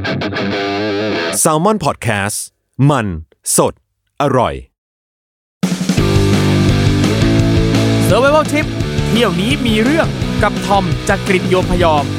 Salmon Podcast มันสดอร่อย Survival Trip เที่ยวนี้มีเรื่องกับทอมจากกรีฑโยมพยอม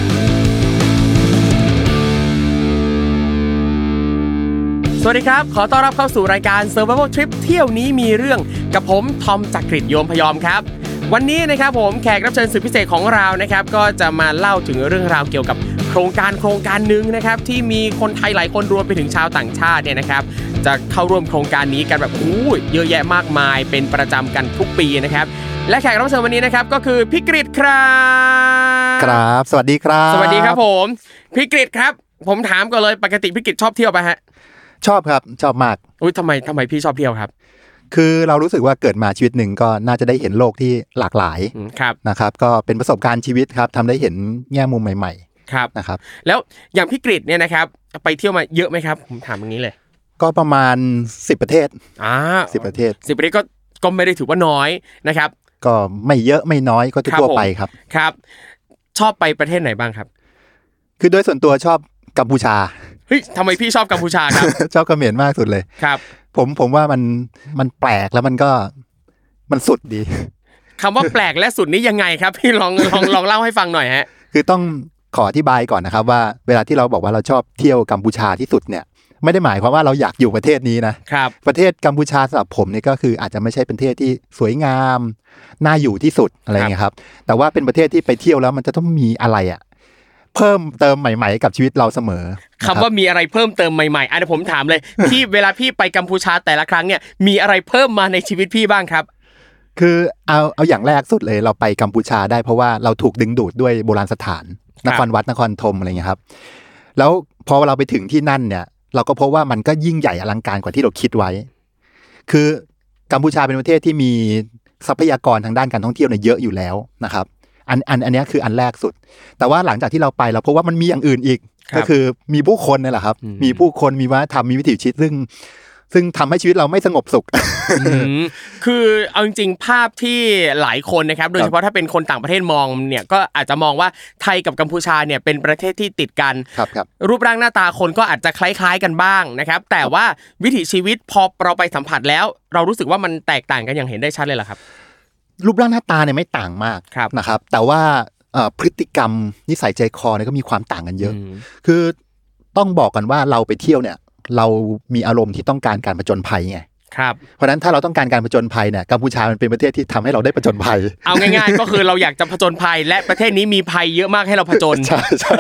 สวัสดีครับขอต้อนรับเข้าสู่รายการ Survival Trip เที่ยวนี้มีเรื่องกับผมทอมจากกรีฑโยมพยอมครับวันนี้นะครับผมแขกรับเชิญสุดพิเศษของเรานะครับก็จะมาเล่าถึงเรื่องราวเกี่ยวกับโครงการนึงนะครับที่มีคนไทยหลายคนรวมไปถึงชาวต่างชาติเนี่ยนะครับจะเข้าร่วมโครงการนี้กันแบบเยอะแยะมากมายเป็นประจำกันทุกปีนะครับและแขกรับเชิญวันนี้นะครับก็คือพี่กฤษครับสวัสดีครับสวัสดีครับผมพี่กฤษครับผมถามก่อนเลยปกติพี่กฤษชอบเที่ยวป่ะฮะชอบครับชอบมากทำไมพี่ชอบเที่ยวครับคือเรารู้สึกว่าเกิดมาชีวิตหนึ่งก็น่าจะได้เห็นโลกที่หลากหลายนะครับก็เป็นประสบการณ์ชีวิตครับทำได้เห็นแง่มุมใหม่ๆครับนะครับแล้วอย่างพี่กฤษเนี่ยนะครับไปเที่ยวมาเยอะไหมครับผมถามอย่างนี้เลยก็ประมาณ10ประเทศ 10ประเทศก็ไม่ได้ถือว่าน้อยนะครับก็ไม่เยอะไม่น้อยก็ทั่วไปครับครับชอบไปประเทศไหนบ้างครับคือโดยส่วนตัวชอบกัมพูชาเฮ้ยทำไมพี่ชอบกัมพูชาครับชอบเขมรมากสุดเลยครับผมว่ามันแปลกแล้วมันสุดดีคำว่าแปลกและสุดนี้ยังไงครับพี่ลองเล่าให้ฟังหน่อยฮะคือต้องขออธิบายก่อนนะครับว่าเวลาที่เราบอกว่าเราชอบเที่ยวกัมพูชาที่สุดเนี่ยไม่ได้หมายความว่าเราอยากอยู่ประเทศนี้นะครับประเทศกัมพูชาสำหรับผมเนี่ยก็คืออาจจะไม่ใช่เป็นประเทศที่สวยงามน่าอยู่ที่สุดอะไรเงี้ยครับแต่ว่าเป็นประเทศที่ไปเที่ยวแล้วมันจะต้องมีอะไรเพิ่มเติมใหม่ๆกับชีวิตเราเสมอคำว่ามีอะไรเพิ่มเติมใหม่ๆอันนี้ผมถามเลย ที่เวลาพี่ไปกัมพูชาแต่ละครั้งเนี่ยมีอะไรเพิ่มมาในชีวิตพี่บ้างครับคือเอาอย่างแรกสุดเลยเราไปกัมพูชาได้เพราะว่าเราถูกดึงดูดด้วยโบราณสถานนครวัดนครธมอะไรเงี้ยครับแล้วพอเราไปถึงที่นั่นเนี่ยเราก็พบว่ามันก็ยิ่งใหญ่อลังการกว่าที่เราคิดไว้คือกัมพูชาเป็นประเทศที่มีทรัพยากรทางด้านการท่องเที่ยวเนี่ยเยอะอยู่แล้วนะครับอันนี้คืออันแรกสุดแต่ว่าหลังจากที่เราไปเราพบว่ามันมีอย่างอื่นอีกก็คือมีผู้คนนี่แหละครับมีผู้คนมีวัฒนธรรมมีวิถีชีวิตซึ่งทำให้ชีวิตเราไม่สงบสุขคือเอาจริงๆภาพที่หลายคนนะครับโดยเฉพาะถ้าเป็นคนต่างประเทศมองเนี่ยก็อาจจะมองว่าไทยกับกัมพูชาเนี่ยเป็นประเทศที่ติดกันรูปร่างหน้าตาคนก็อาจจะคล้ายๆกันบ้างนะครับแต่ว่าวิถีชีวิตพอเราไปสัมผัสแล้วเรารู้สึกว่ามันแตกต่างกันอย่างเห็นได้ชัดเลยเหรอครับรูปร่างหน้าตาเนี่ยไม่ต่างมากนะครับแต่ว่าพฤติกรรมนิสัยใจคอเนี่ยก็มีความต่างกันเยอะคือต้องบอกกันว่าเราไปเที่ยวเนี่ยเรามีอารมณ์ที่ต้องการการผจญภัยไงครับเพราะฉะนั้นถ้าเราต้องการการผจญภัยเนี่ยกัมพูชามันเป็นประเทศที่ทำให้เราได้ผจญภัยเอาง่ายๆก็คือเราอยากจะผจญภัยและประเทศนี้มีภัยเยอะมากให้เราผจญใช่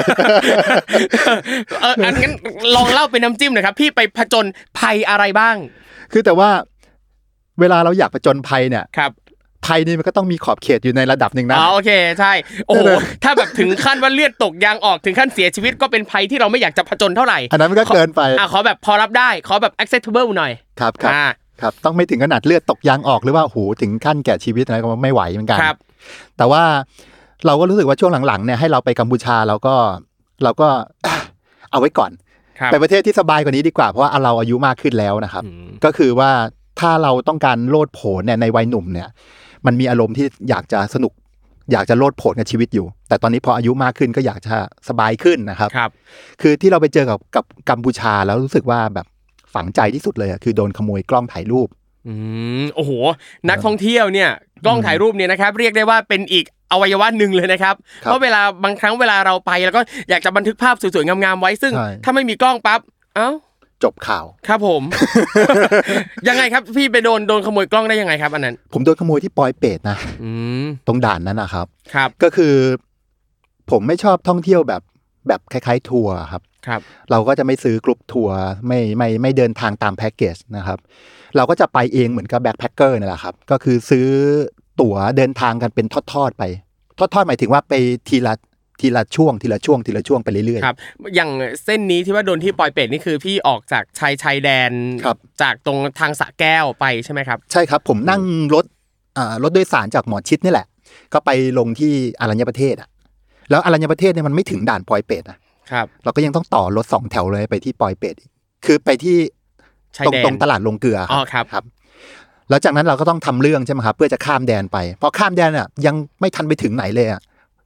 งั้นลองเล่าเป็นน้ำจิ้มหน่อยครับพี่ไปผจญภัยอะไรบ้างคือแต่ว่าเวลาเราอยากผจญภัยเนี่ยครับภัยนี่มันก็ต้องมีขอบเขตอยู่ในระดับนึงนะโอเคใช่โอ้โหถ้าแบบถึงขั้นว่าเลือดตกยางออกถึงขั้นเสียชีวิตก็เป็นภัยที่เราไม่อยากจะผจญเท่าไหร่อันนั้นมันก็เกินไปขอแบบพอรับได้ขอแบบ acceptable หน่อยครับต้องไม่ถึงขนาดเลือดตกยางออกหรือว่าโหถึงขั้นแก่ชีวิตอะไรก็ไม่ไหวเหมือนกันแต่ว่าเราก็รู้สึกว่าช่วงหลังๆเนี่ยให้เราไปกัมพูชาเราก็เอาไว้ก่อนไปประเทศที่สบายกว่านี้ดีกว่าเพราะว่าเราอายุมากขึ้นแล้วนะครับก็คือว่าถ้าเราต้องการโลดโผนเนี่ยในวัยหนุ่มเนี่ยมันมีอารมณ์ที่อยากจะสนุกอยากจะโลดโผนกับชีวิตอยู่แต่ตอนนี้พออายุมากขึ้นก็อยากจะสบายขึ้นนะครับคือที่เราไปเจอกับกัมพูชาแล้วรู้สึกว่าแบบฝังใจที่สุดเลยคือโดนขโมยกล้องถ่ายรูปโอ้โหนักท่องเที่ยวเนี่ยกล้องถ่ายรูปเนี่ยนะครับเรียกได้ว่าเป็นอีกอวัยวะหนึ่งเลยนะครับเพราะบางครั้งเวลาเราไปแล้วก็อยากจะบันทึกภาพสวยๆงามๆไว้ซึ่งถ้าไม่มีกล้องปั๊บจบข่าวครับผม ยังไงครับพี่ไปโดนขโมยกล้องได้ยังไงครับอันนั้นผมโดนขโมยที่ปอยเปตนะตรงด่านนั้นนะครับครับก็คือผมไม่ชอบท่องเที่ยวแบบคล้ายๆทัวร์ครับเราก็จะไม่ซื้อกรุ๊ปทัวร์ไม่เดินทางตามแพ็กเกจนะครับเราก็จะไปเองเหมือนกับแบ็คแพคเกอร์นี่แหละครับก็คือซื้อตั๋วเดินทางกันเป็นทอดๆไปทอดๆหมายถึงว่าไปทีละช่วงไปเรื่อยๆครับอย่างเส้นนี้ที่ว่าโดนที่ปอยเปตนี่คือพี่ออกจากชายแดนจากตรงทางสระแก้วไปใช่ไหมครับใช่ครับผมนั่งรถโดยสารจากหมอชิดนี่แหละก็ไปลงที่อรัญญประเทศแล้วอรัญญประเทศเนี่ยมันไม่ถึงด่านปอยเปตครับเราก็ยังต้องต่อรถ2แถวเลยไปที่ปอยเปตคือไปที่ตรงตลาดลงเกลือครับแล้วจากนั้นเราก็ต้องทำเรื่องใช่ไหมครับเพื่อจะข้ามแดนไปพอข้ามแดนอ่ะยังไม่ทันไปถึงไหนเลยอ่ะ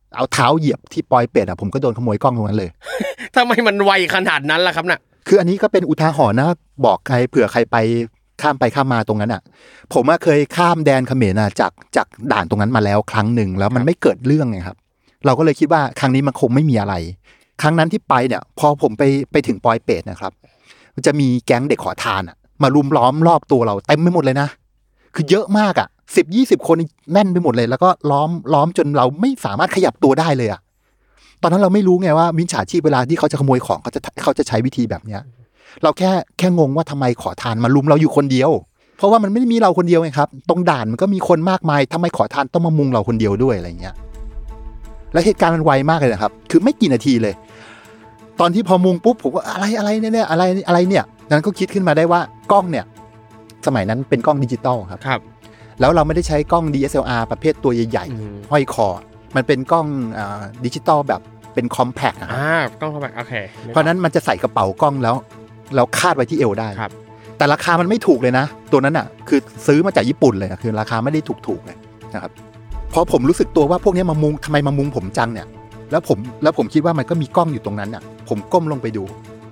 เอาเท้าเหยียบที่ปอยเป็ดอ่ะผมก็โดนขโมยกล้องตรงนั้นเลยทำไมมันไวขนาดนั้นล่ะครับน่ะคืออันนี้ก็เป็นอุทาหรณ์นะบอกใครเผื่อใครไปข้ามไปข้ามมาตรงนั้นอ่ะผมเคยข้ามแดนเขมรจากด่านตรงนั้นมาแล้วครั้งหนึ่งแล้วมันไม่เกิดเรื่องไงครับเราก็เลยคิดว่าครั้งนี้มันคงไม่มีอะไรครั้งนั้นที่ไปเนี่ยพอผมไปถึงปอยเป็ดนะครับมันจะมีแก๊งเด็กขอทานอ่ะมารุมล้อมรอบตัวเราเต็มไปหมดเลยนะคือเยอะมากอ่ะ10-20 คนแน่นไปหมดเลยแล้วก็ล้อมจนเราไม่สามารถขยับตัวได้เลยอ่ะตอนนั้นเราไม่รู้ไงว่ามิจฉาชีพเวลาที่เขาจะขโมยของเขาจะใช้วิธีแบบเนี้ยเราแค่งงว่าทำไมขอทานมารุมเราอยู่คนเดียวเพราะว่ามันไม่ได้มีเราคนเดียวไงครับตรงด่านมันก็มีคนมากมายทำไมขอทานต้องมามุงเราคนเดียวด้วยอะไรเงี้ยแล้วเหตุการณ์มันไวมากเลยนะครับคือไม่กี่นาทีเลยตอนที่พอมุงปุ๊บผมก็อะไรเนี่ยอะไรเนี่ยนั้นก็คิดขึ้นมาได้ว่ากล้องเนี่ยสมัยนั้นเป็นกล้องดิจิตอลครับแล้วเราไม่ได้ใช้กล้อง DSLR ประเภทตัวใหญ่ๆห้อยคอมันเป็นกล้องดิจิตอลแบบเป็นคอมแพคกล้องคอมแพคโอเคเพราะนั้นมันจะใส่กระเป๋ากล้องแล้วเราคาดไว้ที่เอวได้แต่ราคามันไม่ถูกเลยนะตัวนั้นอ่ะคือซื้อมาจากญี่ปุ่นเลยคือราคาไม่ได้ถูกเลยนะครับพอผมรู้สึกตัวว่าพวกนี้มามุงทำไมมามุงผมจังเนี่ยแล้วผมคิดว่ามันก็มีกล้องอยู่ตรงนั้นอ่ะผมก้มลงไปดู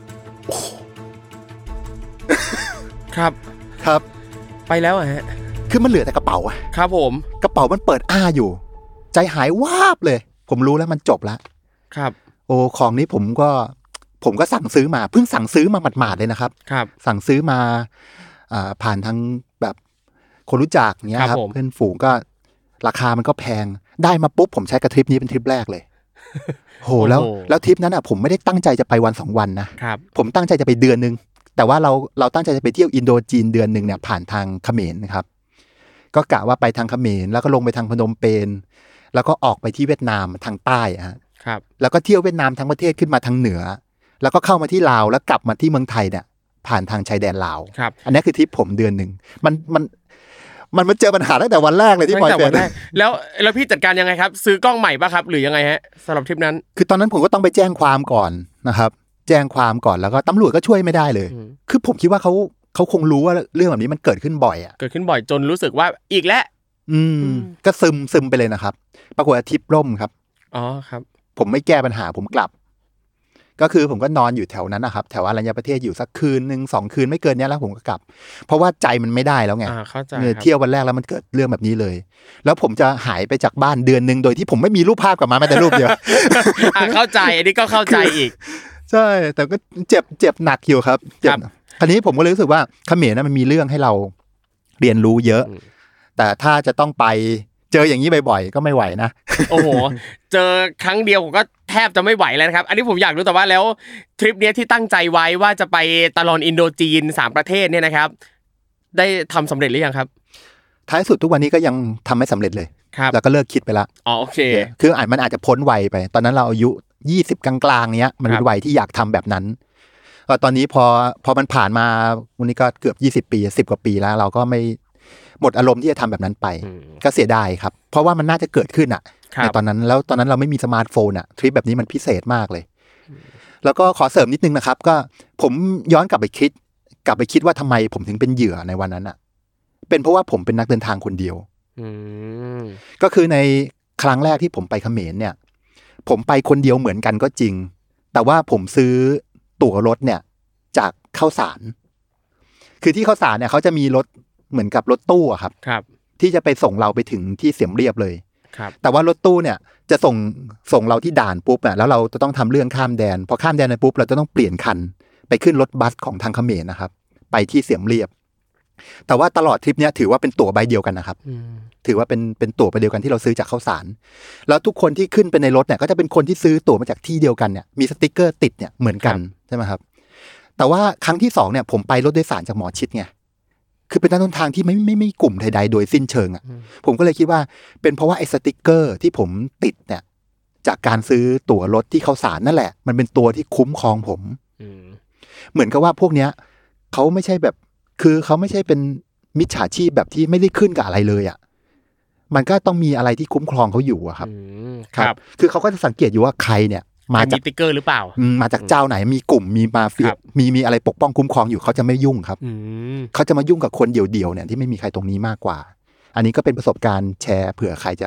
ครับไปแล้วฮะคือมันเหลือแต่กระเป๋าครับผมกระเป๋ามันเปิดอยู่ใจหายวาบเลยผมรู้แล้วมันจบแล้วครับโอ้ของนี้ผมก็สั่งซื้อมาเพิ่งสั่งซื้อมาหมาดๆเลยนะครับสั่งซื้อมาผ่านทางแบบคนรู้จักเงี้ยครับเพื่อนฝูงก็ราคามันก็แพงได้มาปุ๊บผมใช้กระทริปนี้เป็นทริปแรกเลยโหแล้วทริปนั้นผมไม่ได้ตั้งใจจะไปวัน2วันนะผมตั้งใจจะไปเดือนนึงแต่ว่าเราตั้งใจจะไปเที่ยวอินโดจีนเดือนนึงเนี่ยผ่านทางเขมรนะครับก็กะว่าไปทางเขมรแล้วก็ลงไปทางพนมเปญแล้วก็ออกไปที่เวียดนามทางใต้ครับแล้วก็เที่ยวเวียดนามทั้งประเทศขึ้นมาทางเหนือแล้วก็เข้ามาที่ลาวแล้วกลับมาที่เมืองไทยเนี่ยผ่านทางชายแดนลาวอันนี้คือทริปผมเดือนนึงมันมาเจอปัญหาตั้งแต่วันแรกเลยที่ปอยเป็ดแล้วพี่จัดการยังไงครับซื้อกล้องใหม่ป่ะครับหรือยังไงฮะสำหรับทริปนั้นคือตอนนั้นผมก็ต้องไปแจ้งความก่อนนะครับแจ้งความก่อนแล้วก็ตำรวจก็ช่วยไม่ได้เลยคือผมคิดว่าเขาคงรู้ว่าเรื่องแบบนี้มันเกิดขึ้นบ่อยเกิดขึ้นบ่อยจนรู้สึกว่าอีกแล้วก็ซึมไปเลยนะครับปรากฏว่าทริปล่มครับอ๋อครับผมไม่แก้ปัญหาผมกลับก็คือผมก็นอนอยู่แถวนั้นนะครับแถวอรัญญประเทศอยู่สักคืนนึง2คืนไม่เกินนี้แล้วผมก็กลับเพราะว่าใจมันไม่ได้แล้วไงเที่ยววันแรกแล้วมันเกิดเรื่องแบบนี้เลยแล้วผมจะหายไปจากบ้านเดือนนึงโดยที่ผมไม่มีรูปภาพกลับมาแม้แต่รูปเดียวเข้าใจอันนี้ก็เข้าใจอีกใช่แต่ก็เจ็บหนักอยู่ครับเจ็บคราวนี้ผมก็เลยรู้สึกว่าเขมรมันมีเรื่องให้เราเรียนรู้เยอะแต่ถ้าจะต้องไปเจออย่างนี้บ่อยๆก็ไม่ไหวนะโอ้โหเจอครั้งเดียวผมก็แทบจะไม่ไหวแล้วนะครับอันนี้ผมอยากรู้แต่ว่าแล้วทริปนี้ที่ตั้งใจไว้ว่าจะไปตะลอนอินโดจีน3ประเทศเนี่ยนะครับได้ทำสำเร็จหรือยังครับท้ายสุดทุกวันนี้ก็ยังทำไม่สำเร็จเลยแล้วก็เลิกคิดไปละอ๋อโอเคคือมันอาจจะพ้นวัยไปตอนนั้นเราอายุ20กลางๆเนี้ยมันเป็นวัยที่อยากทำแบบนั้นก็ตอนนี้พอมันผ่านมาวันนี้ก็เกือบ20ปี10กว่าปีแล้วเราก็ไม่หมดอารมณ์ที่จะทำแบบนั้นไปก็เสียดายครับเพราะว่ามันน่าจะเกิดขึ้นในตอนนั้นแล้วตอนนั้นเราไม่มีสมาร์ทโฟนทริปแบบนี้มันพิเศษมากเลยแล้วก็ขอเสริมนิดนึงนะครับก็ผมย้อนกลับไปคิดว่าทำไมผมถึงเป็นเหยื่อในวันนั้นเป็นเพราะว่าผมเป็นนักเดินทางคนเดียวก็คือในครั้งแรกที่ผมไปเขมรเนี่ยผมไปคนเดียวเหมือนกันก็จริงแต่ว่าผมซื้อตั๋วรถเนี่ยจากข้าวสารคือที่ข้าวสารเนี่ยเขาจะมีรถเหมือนกับรถตู้ครับที่จะไปส่งเราไปถึงที่เสียมเรียบเลยแต่ว่ารถตู้เนี่ยจะส่งเราที่ด่านปุ๊บแล้วเราจะต้องทำเรื่องข้ามแดนพอข้ามแดนไปปุ๊บเราจะต้องเปลี่ยนคันไปขึ้นรถบัสของทางเขมรนะครับไปที่เสียมเรียบแต่ว่าตลอดทริปเนี้ยถือว่าเป็นตั๋วใบเดียวกันนะครับถือว่าเป็นตั๋วใบเดียวกันที่เราซื้อจากข้าวสารแล้วทุกคนที่ขึ้นไปในรถเนี่ยก็จะเป็นคนที่ซื้อตั๋วมาจากที่เดียวกันเนี่ยมีสติ๊กเกอร์ติดเนี่ยเหมือนกันใช่ไหมครับแต่ว่าครั้งที่2เนี่ยผมไปรถโดยสารจากหมอชิดไงคือเป็นการเดินทางที่ไม่กลุ่มใดๆโดยสิ้นเชิงผมก็เลยคิดว่าเป็นเพราะว่าไอ้สติ๊กเกอร์ที่ผมติดเนี่ยจากการซื้อตั๋วรถที่ข้าวสารนั่นแหละมันเป็นตัวที่คุ้มครองผมเหมือนกับว่าพวกเนี้ยเขาไม่ใช่แบบคือเขาไม่ใช่เป็นมิจฉาชีพแบบที่ไม่ได้ขึ้นกับอะไรเลยมันก็ต้องมีอะไรที่คุ้มครองเขาอยู่ครับคือเขาก็จะสังเกตอยู่ว่าใครเนี่ยมาจากสติ๊กเกอร์หรือเปล่ามาจากเจ้าไหนมีกลุ่มมีมาเฟียมีอะไรปกป้องคุ้มครองอยู่เขาจะไม่ยุ่งครับเขาจะมายุ่งกับคนเดี่ยวๆเนี่ยที่ไม่มีใครตรงนี้มากกว่าอันนี้ก็เป็นประสบการณ์แชร์เผื่อใครจะ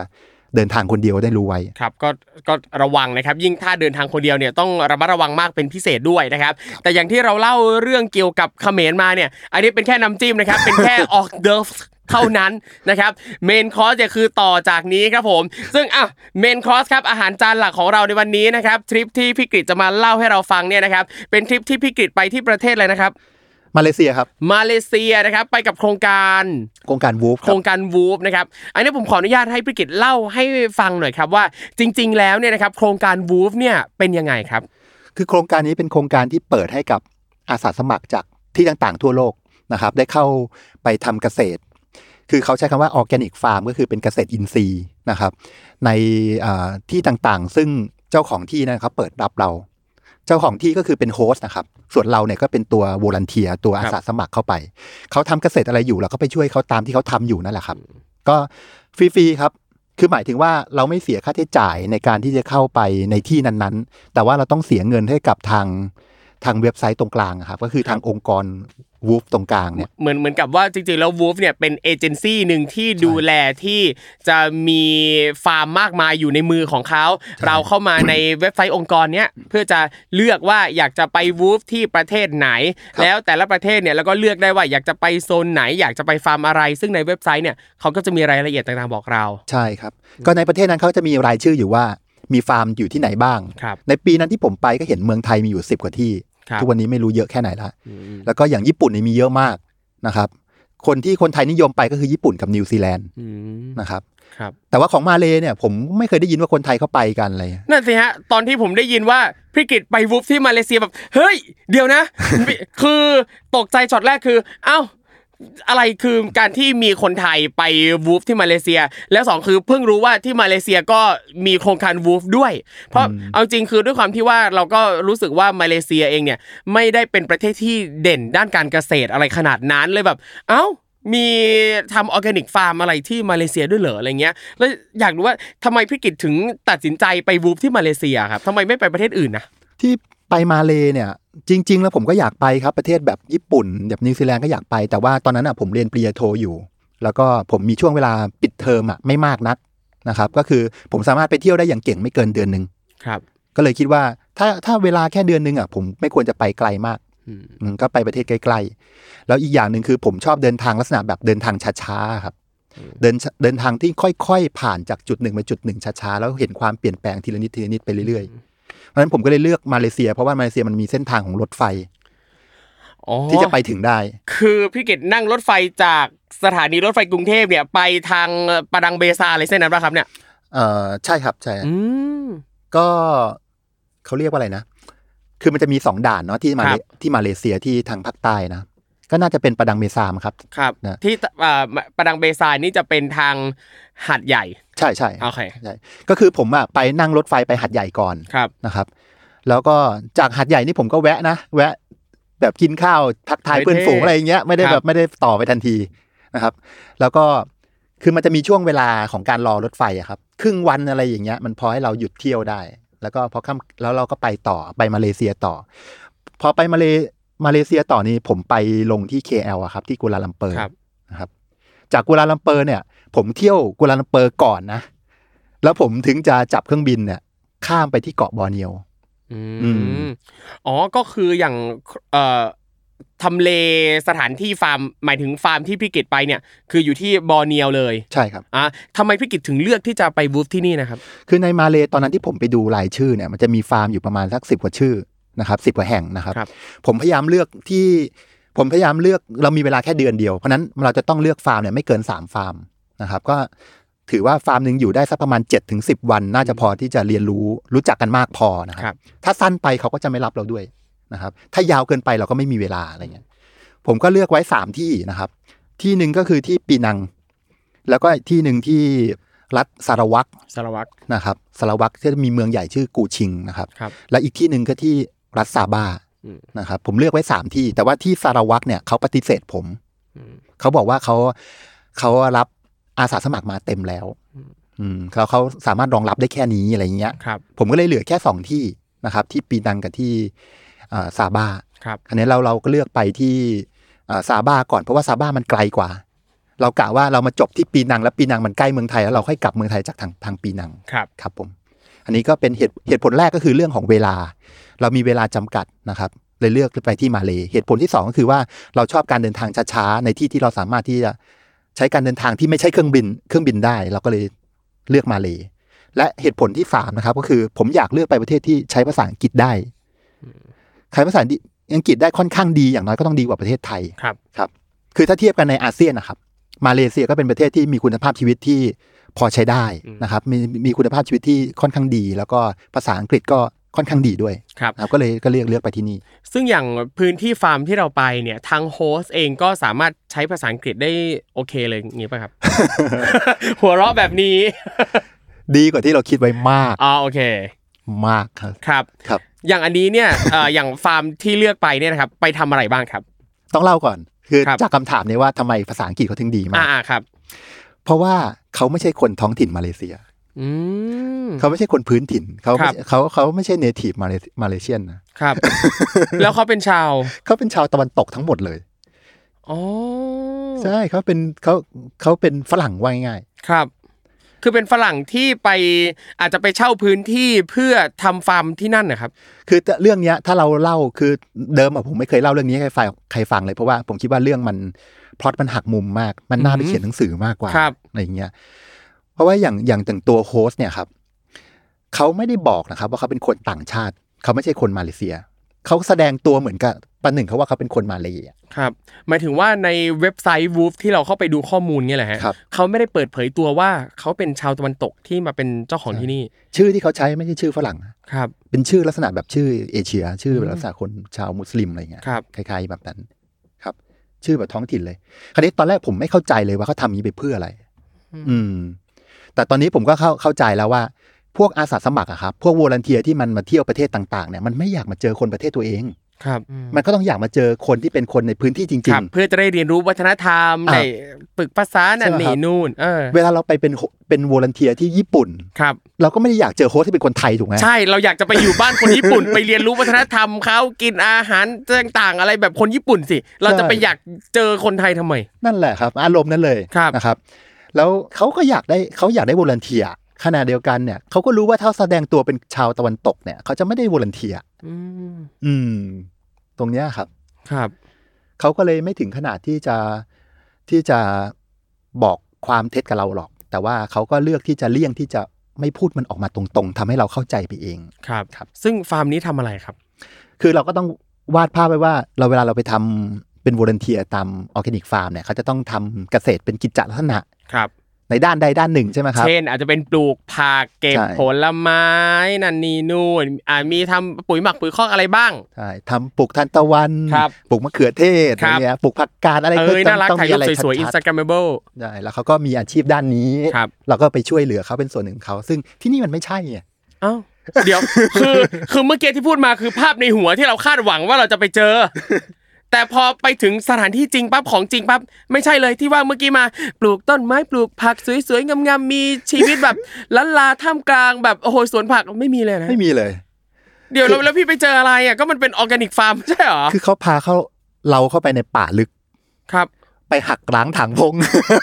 เดินทางคนเดียวได้รู้ไว้ครับก็ระวังนะครับยิ่งถ้าเดินทางคนเดียวเนี่ยต้องระมัดระวังมากเป็นพิเศษด้วยนะครับแต่อย่างที่เราเล่าเรื่องเกี่ยวกับเขมรมาเนี่ยอันนี้เป็นแค่น้ำจิ้มนะครับเป็นแค่ออกเดอร์เท่านั้นนะครับเมนคอร์สเนี่ยคือต่อจากนี้ครับผมซึ่งเมนคอร์สครับอาหารจานหลักของเราในวันนี้นะครับทริปที่พี่กฤษจะมาเล่าให้เราฟังเนี่ยนะครับเป็นทริปที่พี่กฤษไปที่ประเทศอะไรนะครับมาเลเซียครับมาเลเซียนะครับไปกับโครงการวูฟนะครับอันนี้ผมขออนุญาตให้พี่กฤษเล่าให้ฟังหน่อยครับว่าจริงๆแล้วเนี่ยนะครับโครงการวูฟเนี่ยเป็นยังไงครับคือโครงการนี้เป็นโครงการที่เปิดให้กับอาสาสมัครจากที่ต่างๆทั่วโลกนะครับได้เข้าไปทำเกษตรคือเขาใช้คำว่าออร์แกนิกฟาร์มก็คือเป็นเกษตรอินทรีย์นะครับในที่ต่างๆซึ่งเจ้าของที่นะครับเปิดรับเราเจ้าของที่ก็คือเป็นโฮสต์นะครับส่วนเราเนี่ยก็เป็นตัววอลันเทียร์ตัวอาสาสมัครเข้าไปเขาทำเกษตรอะไรอยู่เราก็ไปช่วยเขาตามที่เขาทำอยู่นั่นแหละครับก็ฟรีๆครับคือหมายถึงว่าเราไม่เสียค่าใช้จ่ายในการที่จะเข้าไปในที่นั้นๆแต่ว่าเราต้องเสียเงินให้กับทางเว็บไซต์ตรงกลางครับก็คือทางองค์กรวูฟตรงกลางเนี่ยเหมือนกับว่าจริงๆแล้ววูฟเนี่ยเป็นเอเจนซี่นึงที่ดูแลที่จะมีฟาร์มมากมายอยู่ในมือของเขาเราเข้ามาในเว็บไซต์องค์กรเนี้ยเพื่อจะเลือกว่าอยากจะไปวูฟที่ประเทศไหนแล้วแต่ละประเทศเนี่ยแล้วก็เลือกได้ว่าอยากจะไปโซนไหนอยากจะไปฟาร์มอะไรซึ่งในเว็บไซต์เนี่ยเขาก็จะมีรายละเอียดต่างๆบอกเราใช่ครับก็ในประเทศนั้นเขาจะมีรายชื่ออยู่ว่ามีฟาร์มอยู่ที่ไหนบ้างในปีนั้นที่ผมไปก็เห็นเมืองไทยมีอยู่10 กว่าที่ทุกวันนี้ไม่รู้เยอะแค่ไหนแล้วก็อย่างญี่ปุ่นนี่มีเยอะมากนะครับคนไทยนิยมไปก็คือญี่ปุ่นกับนิวซีแลนด์นะครับแต่ว่าของมาเลเนี่ยผมไม่เคยได้ยินว่าคนไทยเข้าไปกันอะไรนั่นสิฮะตอนที่ผมได้ยินว่าพี่กฤษไปวูฟที่มาเลเซียแบบเฮ้ยเดี๋ยวนะ คือตกใจช็อตแรกคืออะไรคือการที่มีคนไทยไปวูฟที่มาเลเซียแล้ว2คือเพิ่งรู้ว่าที่มาเลเซียก็มีโครงการวูฟด้วยเพราะเอาจริงคือด้วยความที่ว่าเราก็รู้สึกว่ามาเลเซียเองเนี่ยไม่ได้เป็นประเทศที่เด่นด้านการเกษตรอะไรขนาดนั้นเลยแบบมีทำออร์แกนิกฟาร์มอะไรที่มาเลเซียด้วยเหรออะไรเงี้ยแล้วอยากรู้ว่าทำไมพี่กฤษถึงตัดสินใจไปวูฟที่มาเลเซียครับทำไมไม่ไปประเทศอื่นนะที่ไปมาเลเนี่ยจริงๆแล้วผมก็อยากไปครับประเทศแบบญี่ปุ่นแบบนิวซีแลนด์ก็อยากไปแต่ว่าตอนนั้นผมเรียนปริญญาโทอยู่แล้วก็ผมมีช่วงเวลาปิดเทอมไม่มากนักนะครับก็คือผมสามารถไปเที่ยวได้อย่างเก่งไม่เกินเดือนนึงครับก็เลยคิดว่าถ้าเวลาแค่เดือนนึงผมไม่ควรจะไปไกลมากก็ไปประเทศใกล้ๆแล้วอีกอย่างนึงคือผมชอบเดินทางลักษณะแบบเดินทางช้าๆครับเดินทางที่ค่อยๆผ่านจากจุดหนึ่งไปจุดหนึ่งช้าๆแล้วเห็นความเปลี่ยนแปลงทีละนิดไปเรื่อยๆเพราะฉะนั้นผมก็เลยเลือกมาเลเซียเพราะว่ามาเลเซียมันมีเส้นทางของรถไฟที่จะไปถึงได้คือพี่กฤษนั่งรถไฟจากสถานีรถไฟกรุงเทพเนี่ยไปทางปาดังเบซาอะไรเส้นนั้นป่ะครับเนี่ยใช่ครับใช่ก็เขาเรียกว่าอะไรนะคือมันจะมี2ด่านเนาะที่มาเลเซียที่ทางภาคใต้นะก็น่าจะเป็นปาดังเบซาครับครับที่ปาดังเบซานี่จะเป็นทางหาดใหญ่ใช่โอเคใช่ก็คือผมไปนั่งรถไฟไปหาดใหญ่ก่อนนะครับแล้วก็จากหาดใหญ่นี่ผมก็แวะแบบกินข้าวทักทายเพื่อนฝูงอะไรอย่างเงี้ยไม่ได้ต่อไปทันทีนะครับแล้วก็คือมันจะมีช่วงเวลาของการรอรถไฟครับครึ่งวันอะไรอย่างเงี้ยมันพอให้เราหยุดเที่ยวได้แล้วก็พอค่ำแล้วเราก็ไปมาเลเซียต่อพอไปมาเลเซียต่อนี่ผมไปลงที่ KL ครับที่กัวลาลัมเปอร์นะครับจากกัวลาลัมเปอร์เนี่ยผมเที่ยวกัวลาลัมเปอร์ก่อนนะแล้วผมถึงจะจับเครื่องบินเนี่ยข้ามไปที่เกาะบอร์เนียวก็คืออย่างทำเลสถานที่ฟาร์มหมายถึงฟาร์มที่พี่กฤษไปเนี่ยคืออยู่ที่บอร์เนียวเลยใช่ครับทำไมพี่กฤษถึงเลือกที่จะไปวูฟที่นี่นะครับคือในมาเลตอนนั้นที่ผมไปดูรายชื่อเนี่ยมันจะมีฟาร์มอยู่ประมาณสัก10 กว่าชื่อนะครับ10 กว่าแห่งนะครับผมพยายามเลือกเรามีเวลาแค่เดือนเดียวเพราะนั้นเราจะต้องเลือกฟาร์มเนี่ยไม่เกิน3ฟาร์มนะครับก็ถือว่าฟาร์มนึงอยู่ได้สักประมาณ 7-10 วันน่าจะพอที่จะเรียนรู้จักกันมากพอนะครับถ้าสั้นไปเขาก็จะไม่รับเราด้วยนะครับถ้ายาวเกินไปเราก็ไม่มีเวลาอะไรเงี้ยผมก็เลือกไว้3ที่นะครับที่นึงก็คือที่ปีนังแล้วก็ที่นึงที่รัฐสารวัตรนะครับสารวัตรที่มีเมืองใหญ่ชื่อกูชิงนะครับและอีกที่นึงก็ที่รัฐซาบานะครับผมเลือกไว้3ที่แต่ว่าที่สารวัตรเนี่ยเขาปฏิเสธผมเขาบอกว่าเขารับอาสาสมัครมาเต็มแล้วเขาสามารถรองรับได้แค่นี้อะไรเงี้ยผมก็เลยเหลือแค่2ที่นะครับที่ปีนังกับที่ซาบาอันนี้เราก็เลือกไปที่ซาบาก่อนเพราะว่าซาบามันไกลกว่าเรากะว่าเรามาจบที่ปีนังแล้วปีนังมันใกล้เมืองไทยแล้วเราค่อยกลับเมืองไทยจากทางปีนังครับผมอันนี้ก็เป็นเหตุผลแรกก็คือเรื่องของเวลาเรามีเวลาจำกัดนะครับเลยเลือกไปที่มาเลเหตุผลที่2ก็คือว่าเราชอบการเดินทางช้าๆในที่ที่เราสามารถที่จะใช้การเดินทางที่ไม่ใช่เครื่องบินได้เราก็เลยเลือกมาเลและเหตุผลที่3นะครับก็คือผมอยากเลือกไปประเทศที่ใช้ภาษาอังกฤษได้ใครภาษาอังกฤษได้ค่อนข้างดีอย่างน้อยก็ต้องดีกว่าประเทศไทยครับคือถ้าเทียบกันในอาเซียนนะครับมาเลเซียก็เป็นประเทศที่มีคุณภาพชีวิตที่พอใช้ได้นะครับมีคุณภาพชีวิตที่ค่อนข้างดีแล้วก็ภาษาอังกฤษก็ค่อนข้างดีด้วยครับก็เลยเลือกไปที่นี่ซึ่งอย่างพื้นที่ฟาร์มที่เราไปเนี่ยทางโฮสต์เองก็สามารถใช้ภาษาอังกฤษได้โอเคเลยอย่างนี้ป่ะครับ หัวเราะแบบนี้ดีกว่าที่เราคิดไว้มากโอเคมากครับอย่างอันนี้เนี่ยอย่างฟาร์มที่เลือกไปเนี่ยนะครับไปทำอะไรบ้างครับต้องเล่าก่อนคือจากคำถามนี้ว่าทำไมภาษาอังกฤษเขาถึงดีมากครับเพราะว่าเขาไม่ใช่คนท้องถิ่นมาเลเซียเขาไม่ใช่คนพื้นถิ่นเขาไม่ใช่เนทีฟมาเลเซียนนะครับ แล้วเขาเป็นชาวตะวันตกทั้งหมดเลยใช่เขาเป็นฝรั่งว่าง่ายๆครับคือเป็นฝรั่งที่ไปอาจจะไปเช่าพื้นที่เพื่อทำฟาร์มที่นั่นนะครับคือเรื่องนี้ถ้าเราเล่าคือเดิมผมไม่เคยเล่าเรื่องนี้ให้ใครฟังเลยเพราะว่าผมคิดว่าเรื่องมันพล็อตมันหักมุมมากมันน่าไปเขียนหนังสือมากกว่าอะไรอย่างเงี้ยเพราะว่าอย่างตัวโฮสต์เนี่ยครับเขาไม่ได้บอกนะครับว่าเขาเป็นคนต่างชาติเขาไม่ใช่คนมาเลเซียเขาแสดงตัวเหมือนกับประหนึ่งเขาว่าเขาเป็นคนมาเลย์ครับหมายถึงว่าในเว็บไซต์ Wolf ที่เราเข้าไปดูข้อมูลเนี่ยแหละฮะเขาไม่ได้เปิดเผยตัวว่าเขาเป็นชาวตะวันตกที่มาเป็นเจ้าของที่นี่ชื่อที่เขาใช้ไม่ใช่ชื่อฝรั่งครับเป็นชื่อลักษณะแบบชื่อเอเชียชื่อลักษณะคนชาวมุสลิมอะไรเงี้ยคล้ายๆแบบนั้นครับชื่อแบบท้องถิ่นเลยคราวนี้ตอนแรกผมไม่เข้าใจเลยว่าเขาทำนี้ไปเพื่ออะไรแต่ตอนนี้ผมก็เข้าใจแล้วว่าพวกอาสาสมัครอะครับพวกวอลันเทียร์ที่มันมาเที่ยวประเทศต่างๆเนี่ยมันไม่อยากมาเจอคนประเทศตัวเองครับมันก็ต้องอยากมาเจอคนที่เป็นคนในพื้นที่จริงๆเพื่อจะได้เรียนรู้วัฒนธรรมได้ฝึกภาษานั่นนี่นู่นเวลาเราไปเป็นวอลันเทียร์ที่ญี่ปุ่นครับเราก็ไม่ได้อยากเจอโค้ชที่เป็นคนไทยถูกไหมใช่เราอยากจะไปอยู่บ้านคนญี่ปุ่น ไปเรียนรู้วัฒนธรรมเขากินอาหารต่างๆอะไรแบบคนญี่ปุ่นสิเราจะไปอยากเจอคนไทยทำไมนั่นแหละครับอารมณ์นั้นเลยนะครับแล้วเขาอยากได้วอลันเทียร์ขณะเดียวกันเนี่ยเขาก็รู้ว่าถ้าแสดงตัวเป็นชาวตะวันตกเนี่ยเขาจะไม่ได้วอลันเทียร์ตรงเนี้ยครับเขาก็เลยไม่ถึงขนาดที่จะบอกความเท็จกับเราหรอกแต่ว่าเขาก็เลือกที่จะเลี่ยงที่จะไม่พูดมันออกมาตรงๆทำให้เราเข้าใจไปเองครับซึ่งฟาร์มนี้ทำอะไรครับคือเราก็ต้องวาดภาพไว้ว่าเวลาเราไปทำเป็นวอลันเทียร์ตามออร์แกนิกฟาร์มเนี่ยเขาจะต้องทำเกษตรเป็นกิจลักษณะในด้านใดด้านหนึ่งใช่ไหมครับเช่นอาจจะเป็นปลูกผักเก็บผลไม้นั่นนี่นู่นมีทำปุ๋ยหมักปุ๋ยคอกอะไรบ้างใช่ทำปลูกทานตะวันปลูกมะเขือเทศอะไรเงี้ยปลูกผักกาดอะไรก็ต้องมีอะไรสวยๆ Instagrammable ใช่แล้วเขาก็มีอาชีพด้านนี้เราก็ไปช่วยเหลือเขาเป็นส่วนหนึ่งของเขาซึ่งที่นี่มันไม่ใช่ไงเดี๋ยวคือเมื่อกี้ที่พูดมาคือภาพในหัวที่เราคาดหวังว่าเราจะไปเจอแต่พอไปถึงสถานที่จริงปั๊บของจริงปั๊บไม่ใช่เลยที่ว่าเมื่อกี้มาปลูกต้นไม้ปลูกผักสวยๆงามๆมีชีวิตแบบล้านลาท่ามกลางแบบโอ้โหสวนผักไม่มีเลยนะไม่มีเลยเดี๋ยวแล้วพี่ไปเจออะไรอ่ะก็มันเป็นออร์แกนิกฟาร์มใช่หรอคือเขาพาเราเข้าไปในป่าลึกครับไปหักล้างถังพง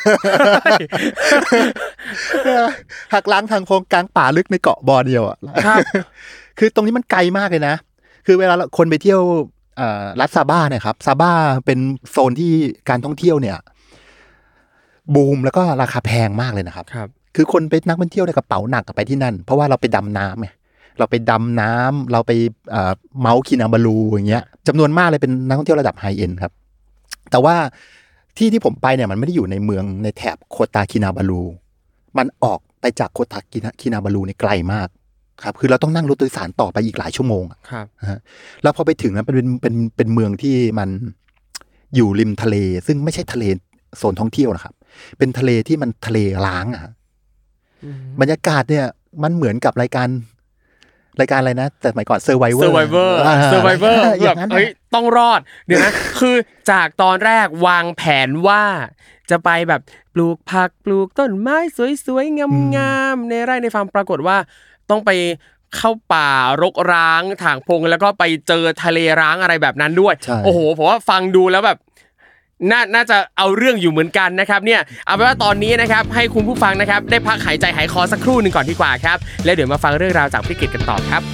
หักล้างถังพงกลางป่าลึกในเกาะบอเดียวอ่ะครับคือตรงนี้มันไกลมากเลยนะคือเวลาคนไปเที่ยวรัฐซาบ้าเนี่ยครับซาบ้าเป็นโซนที่การท่องเที่ยวเนี่ยบูมแล้วก็ราคาแพงมากเลยนะครับคือคนไปนักท่องเที่ยวในกระเป๋าหนักไปที่นั่นเพราะว่าเราไปดำน้ำไงเราไปดำน้ำเราไปเมาคินาบาลูอย่างเงี้ยจำนวนมากเลยเป็นนักท่องเที่ยวระดับไฮเอ็นด์ครับแต่ว่าที่ผมไปเนี่ยมันไม่ได้อยู่ในเมืองในแถบโคตาคินาบาลูมันออกไปจากโคตาคินาบาลูเนี่ยไกลมากครับคือเราต้องนั่งรถโดยสารต่อไปอีกหลายชั่วโมงครับแล้วพอไปถึงนั้นเป็นเมืองที่มันอยู่ริมทะเลซึ่งไม่ใช่ทะเลโซนท่องเที่ยวนะครับเป็นทะเลที่มันทะเลล้างอ่ะบรรยากาศเนี่ยมันเหมือนกับรายการอะไรนะแต่สมัยก่อน Survivor แบบเฮ้ยต้องรอดเดี๋ยวนะคือจากตอนแรกวางแผนว่าจะไปแบบปลูกผักปลูกต้นไม้สวยๆงามๆในไร่ในฟาร์มปรากฏว่าต้องไปเข้าป่ารกร้างถางพงแล้วก็ไปเจอทะเลร้างอะไรแบบนั้นด้วยโอ้โหผมว่าฟังดูแล้วแบบน่าจะเอาเรื่องอยู่เหมือนกันนะครับเนี่ยเอาเป็นว่าตอนนี้นะครับให้คุณผู้ฟังนะครับได้พักหายใจหายคอสักครู่นึงก่อนดีกว่าครับแล้วเดี๋ยวมาฟังเรื่องราวจากพี่กิตกันต่อครับ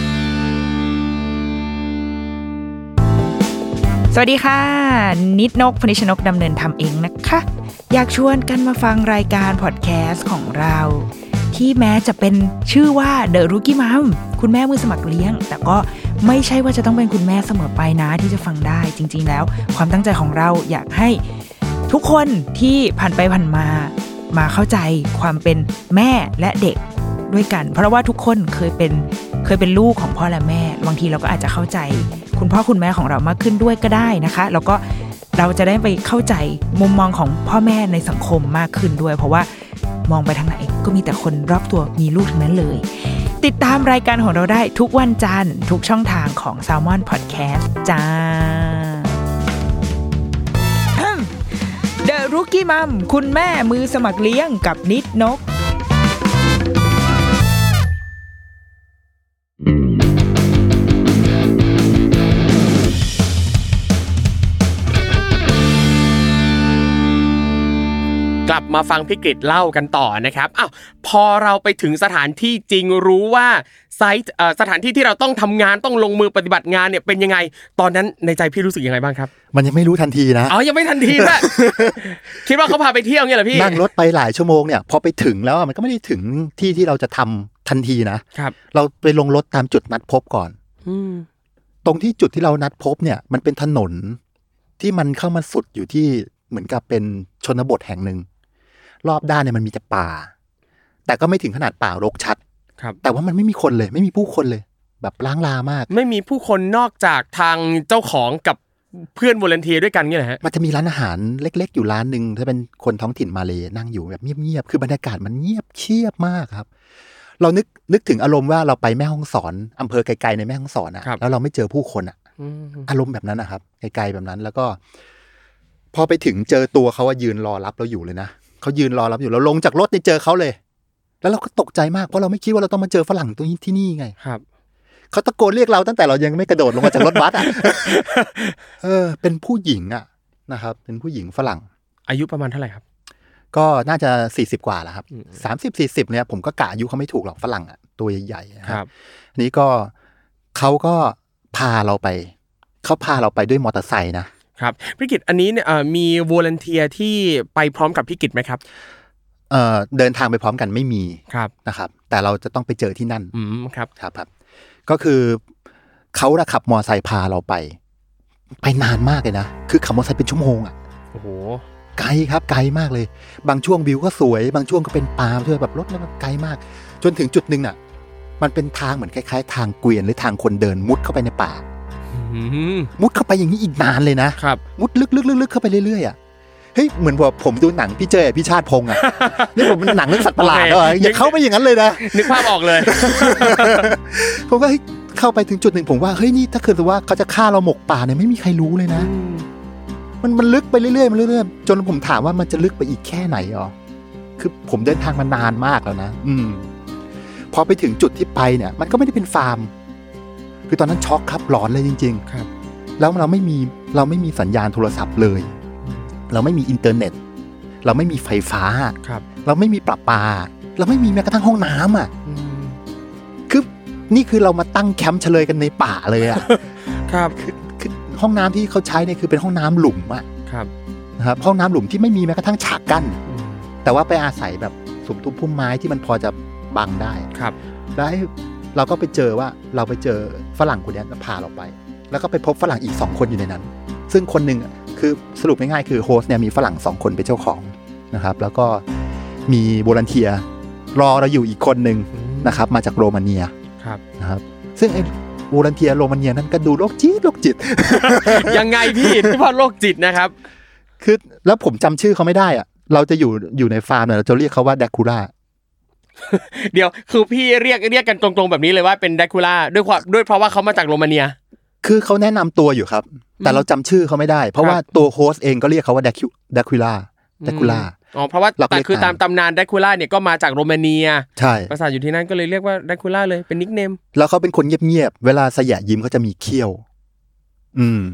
สวัสดีค่ะนิดนกพนิชนกดำเนินทำเองนะคะอยากชวนกันมาฟังรายการพอดแคสต์ของเราที่แม้จะเป็นชื่อว่า The Rookie Mom คุณแม่มือสมัครเลี้ยงแต่ก็ไม่ใช่ว่าจะต้องเป็นคุณแม่เสมอไปนะที่จะฟังได้จริงๆแล้วความตั้งใจของเราอยากให้ทุกคนที่ผ่านไปผ่านมาเข้าใจความเป็นแม่และเด็กด้วยกันเพราะว่าทุกคนเคยเป็นลูกของพ่อและแม่บางทีเราก็อาจจะเข้าใจคุณพ่อคุณแม่ของเรามากขึ้นด้วยก็ได้นะคะแล้วก็เราจะได้ไปเข้าใจมุมมองของพ่อแม่ในสังคมมากขึ้นด้วยเพราะว่ามองไปทางไหนก็มีแต่คนรอบตัวมีลูกทั้งนั้นเลยติดตามรายการของเราได้ทุกวันจันทร์ทุกช่องทางของ Salmon Podcast จ้า The Rookie Mom คุณแม่มือสมัครเลี้ยงกับนิดนกกลับมาฟังพี่กฤษเล่ากันต่อนะครับอ้าวพอเราไปถึงสถานที่จริงรู้ว่าไซต์สถานที่ที่เราต้องทำงานต้องลงมือปฏิบัติงานเนี่ยเป็นยังไงตอนนั้นในใจพี่รู้สึกยังไงบ้างครับมันยังไม่รู้ทันทีนะยังไม่ทันทีนะ คิดว่าเขาพาไปเที่ยวเงี้ยเหรอพี่นั่งรถไปหลายชั่วโมงเนี่ยพอไปถึงแล้วมันก็ไม่ได้ถึงที่เราจะทำทันทีนะครับเราไปลงรถตามจุดนัดพบก่อนตรงที่จุดที่เรานัดพบเนี่ยมันเป็นถนนที่มันเข้ามาสุดอยู่ที่เหมือนกับเป็นชนบทแห่งหนึ่งรอบด้านเนี่ยมันมีแต่ป่าแต่ก็ไม่ถึงขนาดป่ารกชัดแต่ว่ามันไม่มีคนเลยไม่มีผู้คนเลยแบบล้างลามากไม่มีผู้คนนอกจากทางเจ้าของกับเพื่อนวอลันเทียร์ด้วยกันเงี้ยเหรอฮะมันจะมีร้านอาหารเล็กๆอยู่ร้านนึงถ้าเป็นคนท้องถิ่นมาเลย์นั่งอยู่แบบเงียบๆคือบรรยากาศมันเงียบเชียบมากครับเรานึกถึงอารมณ์ว่าเราไปแม่ฮ่องสอนอำเภอไกลๆในแม่ฮ่องสอนอ่ะแล้วเราไม่เจอผู้คนอ่ะอารมณ์แบบนั้นนะครับไกลๆแบบนั้นแล้วก็พอไปถึงเจอตัวเขายืนรอรับเราอยู่เลยนะเขายืนรอรับอยู่เราลงจากรถเนี่ยเจอเขาเลยแล้วเราก็ตกใจมากเพราะเราไม่คิดว่าเราต้องมาเจอฝรั่งตัวนี้ที่นี่ไงครับเขาตะโกนเรียกเราตั้งแต่เรายังไม่กระโดดลงมาจากรถบัสอ่ะ เป็นผู้หญิงอ่ะนะครับเป็นผู้หญิงฝรั่งอายุประมาณเท่าไหร่ครับก็น่าจะ40กว่าแล้วครับ30-40เนี่ยผมก็กะอายุเขาไม่ถูกหรอกฝรั่งอ่ะตัวใหญ่ๆครับนี้ก็เขาก็พาเราไปด้วยมอเตอร์ไซค์นะครับพี่กิตอันนี้เนี่ยมีวอลันเทียร์ที่ไปพร้อมกับพี่กิตไหมครับเดินทางไปพร้อมกันไม่มีนะครับแต่เราจะต้องไปเจอที่นั่นครับครับก็คือเขาขับมอเตอร์ไซค์พาเราไปนานมากเลยนะคือขับมอเตอร์ไซค์เป็นชั่วโมงอ่ะโอ้โหไกลครับไกลมากเลยบางช่วงวิวก็สวยบางช่วงก็เป็นป่าด้วยแบบรถแล้วก็ไกลมากจนถึงจุดนึงน่ะมันเป็นทางเหมือนคล้ายๆทางเกวียนหรือทางคนเดินมุดเข้าไปในป่ามุดเข้าไปอย่างนี้อีกนานเลยนะครับมุดลึกๆเข้าไปเรื่อยๆอ่ะเฮ้ยเหมือนว่าผมดูหนังพี่พี่ชาติพงษ์อ่ะนี่ผมเป็นหนังเรื่องสัตว์ประหลาดอ่ะอย่าเข้าไปอย่างนั้นเลยนะนึกภาพออกเลยผมก็เข้าไปถึงจุดหนึ่งผมว่าเฮ้ยนี่ถ้าเกิดว่าเขาจะฆ่าเราหมกป่าเนี่ยไม่มีใครรู้เลยนะมันลึกไปเรื่อยๆมันเรื่อยๆจนผมถามว่ามันจะลึกไปอีกแค่ไหนอ๋อคือผมเดินทางมานานมากแล้วนะพอไปถึงจุดที่ไปเนี่ยมันก็ไม่ได้เป็นฟาร์มคือตอนนั้นช็อกครับหลอนเลยจริงๆครับแล้วเราไม่มีสัญญาณโทรศัพท์เลยเราไม่มีอินเทอร์เน็ตเราไม่มีไฟฟ้าเราไม่มีประปาเราไม่มีแม้กระทั่งห้องน้ำอ่ะคือนี่คือเรามาตั้งแคมป์เฉลยกันในป่าเลยอ่ะครับคือห้องน้ำที่เขาใช้เนี่ยคือเป็นห้องน้ำหลุมอ่ะนะครับห้องน้ำหลุมที่ไม่มีแม้กระทั่งฉากกั้นแต่ว่าไปอาศัยแบบสุมทุบพุ่มไม้ที่มันพอจะบังได้ครับแล้วเราก็ไปเจอว่าเราไปเจอฝรั่งคนนี้พาเราไปแล้วก็ไปพบฝรั่งอีก2คนอยู่ในนั้นซึ่งคนนึงคือสรุปง่ายๆคือโฮสต์เนี่ยมีฝรั่ง2คนเป็นเจ้าของนะครับแล้วก็มีวอลันเทียร์รอเราอยู่อีกคนนึงนะครับมาจากโรมาเนียนะครับซึ่งไอ้วอลันเทียร์โรมาเนียนั่นก็ดูโรคจิตยังไงพี่ที่พอโรคจิตนะครับคือแล้วผมจำชื่อเขาไม่ได้อ่ะเราจะอยู่ในฟาร์มเนี่ยเราจะเรียกเขาว่าแดคูล่าเดี๋ยวคือพี่เรียกกันตรงๆแบบนี้เลยว่าเป็นแดคูล่าด้วยเพราะว่าเขามาจากโรมาเนียคือเขาแนะนำตัวอยู่ครับแต่เราจำชื่อเขาไม่ได้เพราะว่าตัวโฮสต์เองก็เรียกเขาว่าแดคูล่าเพราะว่าแต่คือตามตำนานแดคูล่าเนี่ยก็มาจากโรมาเนียใช่ภาษาอยู่ที่นั่นก็เลยเรียกว่าแดคูล่าเลยเป็นนิคเนมแล้วเขาเป็นคนเงียบๆเวลาสยะยิ้มเขาจะมีเขี้ยว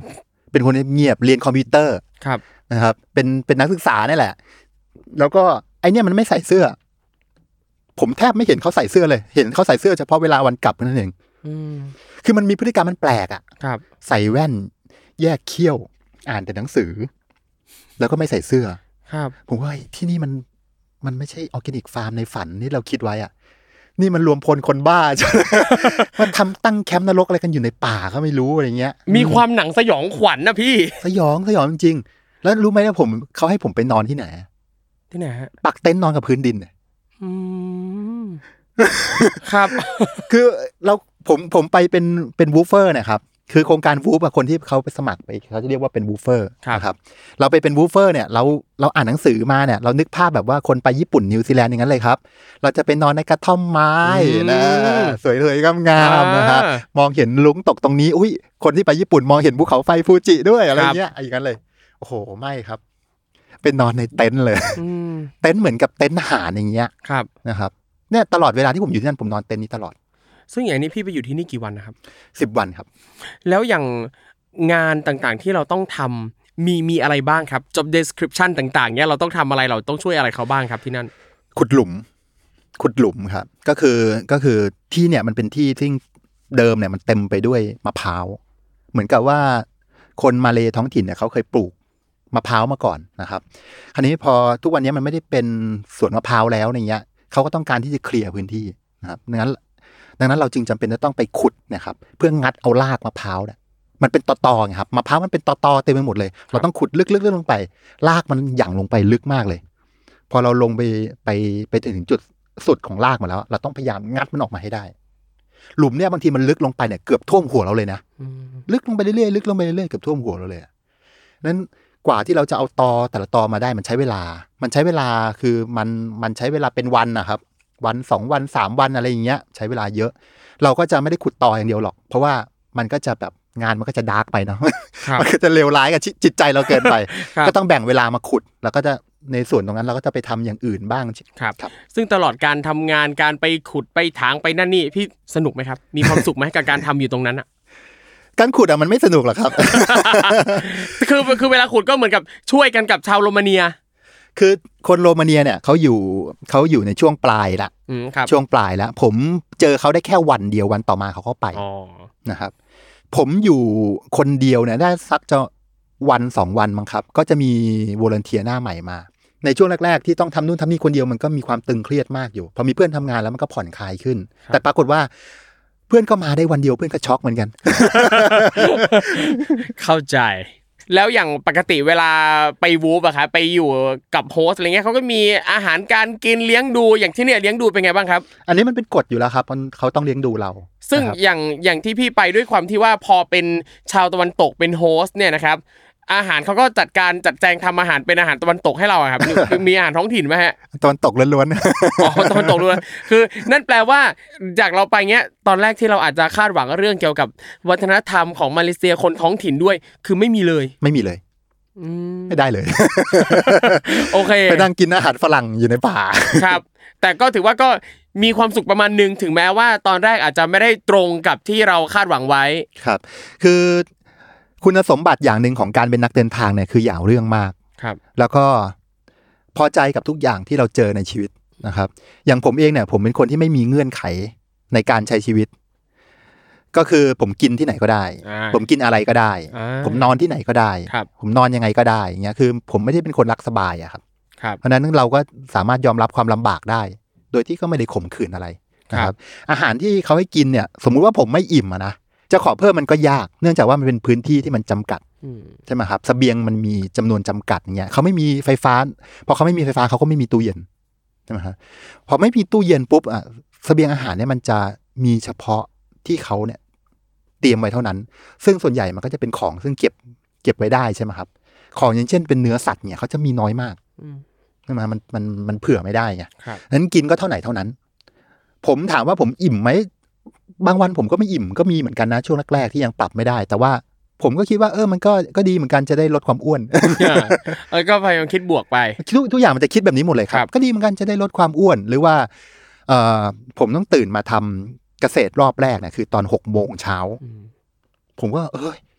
เป็นคนเงียบเรียนคอมพิวเตอร์ครับนะครับเป็นนักศึกษานี่แหละแล้วก็ไอเนี่ยมันไม่ใส่เสื้อผมแทบไม่เห็นเขาใส่เสื้อเลยเห็นเขาใส่เสื้อเฉพาะเวลาวันกลับนั่นเองคือมันมีพฤติกรรมมันแปลกอ่ะใส่แว่นแยกเขี้ยวอ่านแต่หนังสือแล้วก็ไม่ใส่เสื้อผมว่าที่นี่มันไม่ใช่ออร์แกนิกฟาร์มในฝันที่เราคิดไว้อ่ะนี่มันรวมพลคนบ้าใช่มันทำตั้งแคมป์นรกอะไรกันอยู่ในป่าก็ไม่รู้อะไรเงี้ยมีความหนังสยองขวัญนะพี่สยองจริงๆแล้วรู้ไหมว่าเขาให้ผมไปนอนที่ไหนฮะปักเต็นท์นอนกับพื้นดินครับคือผมไปเป็นวูฟเฟอร์นะครับคือโครงการวูฟคนที่เขาไปสมัครไปเขาจะเรียกว่าเป็นวูฟเฟอร์นะครับเราไปเป็นวูฟเฟอร์เนี่ยเราอ่านหนังสือมาเนี่ยเรานึกภาพแบบว่าคนไปญี่ปุ่นนิวซีแลนด์อย่างนั้นเลยครับเราจะไปนอนในกระท่อมไม้นะสวยๆงามๆนะครับมองเห็นลุงตกตรงนี้อุ้ยคนที่ไปญี่ปุ่นมองเห็นภูเขาไฟฟูจิด้วยอะไรเงี้ยอย่างนั้นเลยโอ้โหไม่ครับเป็นนอนในเต็นท์เลยเต็นท์เหมือนกับเต็นท์ทหารอย่างเงี้ยนะครับเนี่ยตลอดเวลาที่ผมอยู่ที่นั่นผมนอนเต็นท์นี้ตลอดซึ่งอย่างนี้พี่ไปอยู่ที่นี่กี่วันนะครับ 10 วันครับแล้วอย่างงานต่างๆที่เราต้องทำมีอะไรบ้างครับ job description ต่างๆเนี่ยเราต้องทำอะไรเราต้องช่วยอะไรเขาบ้างครับที่นั่นขุดหลุมครับก็คือที่เนี่ยมันเป็นที่ที่เดิมเนี่ยมันเต็มไปด้วยมะพร้าวเหมือนกับว่าคนมาเลท้องถิ่นเนี่ยเขาเคยปลูกมะพร้าวมาก่อนนะครับคราวนี้พอทุกวันนี้มันไม่ได้เป็นสวนมะพร้าวแล้วอย่างเงี้ยเขาก็ต้องการที่จะเคลียร์พื้นที่นะครับดังนั้นเราจึงจำเป็นจะต้องไปขุดนะครับเพื่องัดเอารากมะพร้าวเนี่ยมันเป็นตอๆไงครับมะพร้าวมันเป็นตอๆเต็มไปหมดเลยเราต้องขุดลึกๆลงไปรากมันหยั่งลงไปลึกมากเลยพอเราลงไปถึงจุดสุดของรากมาแล้วเราต้องพยายามงัดมันออกมาให้ได้หลุมเนี่ยบางทีมันลึกลงไปเนี่ยเกือบท่วมหัวเราเลยนะลึกลงไปเรื่อยๆลึกลงไปเรื่อยๆเกือบท่วมหัวเราเลยนั้นกว่าที่เราจะเอาตอแต่ละตอมาได้มันใช้เวลาคือมันใช้เวลาเป็นวันนะครับวัน2วัน3วันอะไรอย่างเงี้ยใช้เวลาเยอะเราก็จะไม่ได้ขุดตออย่างเดียวหรอกเพราะว่ามันก็จะแบบงานมันก็จะดาร์กไปเนาะมันก็จะเลวร้ายกับจิตใจเราเกินไปก็ต้องแบ่งเวลามาขุดแล้วก็จะในส่วนตรงนั้นเราก็จะไปทำอย่างอื่นบ้างครับซึ่งตลอดการทำงานการไปขุดไปถางไปนั่นนี่พี่สนุกไหมครับมีความสุขไหมกับการทำอยู่ตรงนั้นอ่ะการขุดมันไม่สนุกหรอกครับคือเวลาขุดก็เหมือนกับช่วยกันกับชาวโรมาเนียคือคนโรมาเนียเนี่ยเขาอยู่ในช่วงปลายละช่วงปลายแล้วผมเจอเขาได้แค่วันเดียววันต่อมาเขาก็ไปนะครับผมอยู่คนเดียวเนี่ยได้สักจะวัน2วันมั้งครับก็จะมีวอลันเทียร์หน้าใหม่มาในช่วงแรกๆที่ต้องทำนู่นทำนี่คนเดียวมันก็มีความตึงเครียดมากอยู่พอมีเพื่อนทำงานแล้วมันก็ผ่อนคลายขึ้นแต่ปรากฏว่าเพื่อนก็มาได้วันเดียวเพื่อนก็ช็อกเหมือนกันเข้าใจแล้วอย่างปกติเวลาไปวูฟอะครับไปอยู่กับโฮสต์อะไรเงี้ยเขาก็มีอาหารการกินเลี้ยงดูอย่างที่เนี่ยเลี้ยงดูเป็นไงบ้างครับอันนี้มันเป็นกฎอยู่แล้วครับเขาต้องเลี้ยงดูเราซึ่งอย่างที่พี่ไปด้วยความที่ว่าพอเป็นชาวตะวันตกเป็นโฮสต์เนี่ยนะครับอาหารเขาก็จัดแจงทำอาหารเป็นอาหารตะวันตกให้เราครับมีอาหารท้องถิ่นไหมฮะตะวันตกล้วนๆอ๋อตะวันตกล้วนคือนั่นแปลว่าจากเราไปเงี้ยตอนแรกที่เราอาจจะคาดหวังเรื่องเกี่ยวกับวัฒนธรรมของมาเลเซียคนท้องถิ่นด้วยคือไม่มีเลยไม่ได้เลยโอเคไปนั่งกินอาหารฝรั่งอยู่ในป่าครับแต่ก็ถือว่าก็มีความสุขประมาณนึงถึงแม้ว่าตอนแรกอาจจะไม่ได้ตรงกับที่เราคาดหวังไว้ครับคือคุณสมบัติอย่างหนึ่งของการเป็นนักเดินทางเนี่ยคืออย่าเรื่องมากครับแล้วก็พอใจกับทุกอย่างที่เราเจอในชีวิตนะครับอย่างผมเองเนี่ยผมเป็นคนที่ไม่มีเงื่อนไขในการใช้ชีวิตก็คือผมกินที่ไหนก็ได้ผมกินอะไรก็ได้ผมนอนที่ไหนก็ได้ผมนอนยังไงก็ได้อย่างเงี้ยคือผมไม่ได้เป็นคนรักสบายอะครับเพราะฉะนั้นเราก็สามารถยอมรับความลำบากได้โดยที่ก็ไม่ได้ข่มขืนอะไรนะครับอาหารที่เขาให้กินเนี่ยสมมุติว่าผมไม่อิ่มนะจะขอเพิ่มมันก็ยากเนื่องจากว่ามันเป็นพื้นที่ที่มันจำกัดใช่ไหมครับเสบียงมันมีจำนวนจำกัดอย่างเงี้ยเขาไม่มีไฟฟ้าพอเขาไม่มีไฟฟ้าเขาก็ไม่มีตู้เย็นใช่ไหมครับพอไม่มีตู้เย็นปุ๊บเสบียงอาหารเนี่ยมันจะมีเฉพาะที่เขาเนี่ยเตรียมไว้เท่านั้นซึ่งส่วนใหญ่มันก็จะเป็นของซึ่งเก็บไว้ได้ใช่ไหมครับของอย่างเช่นเป็นเนื้อสัตว์เนี่ยเขาจะมีน้อยมากใช่ไหมมันเผื่อไม่ได้ไงนั้นกินก็เท่าไหนเท่านั้นผมถามว่าผมอิ่มไหมบางวันผมก็ไม่อิ่มก็มีเหมือนกันนะช่วงแรกๆที่ยังปรับไม่ได้แต่ว่าผมก็คิดว่ามันก็ดีเหมือนกันจะได้ลดความอ้วนก็พยายามคิดบวกไปทุกอย่างมันจะคิดแบบนี้หมดเลยครับก็ดีเหมือนกันจะได้ลดความอ้วนหรือว่าผมต้องตื่นมาทำเกษตรรอบแรกเนี่ยคือตอน6 โมงเช้าผมก็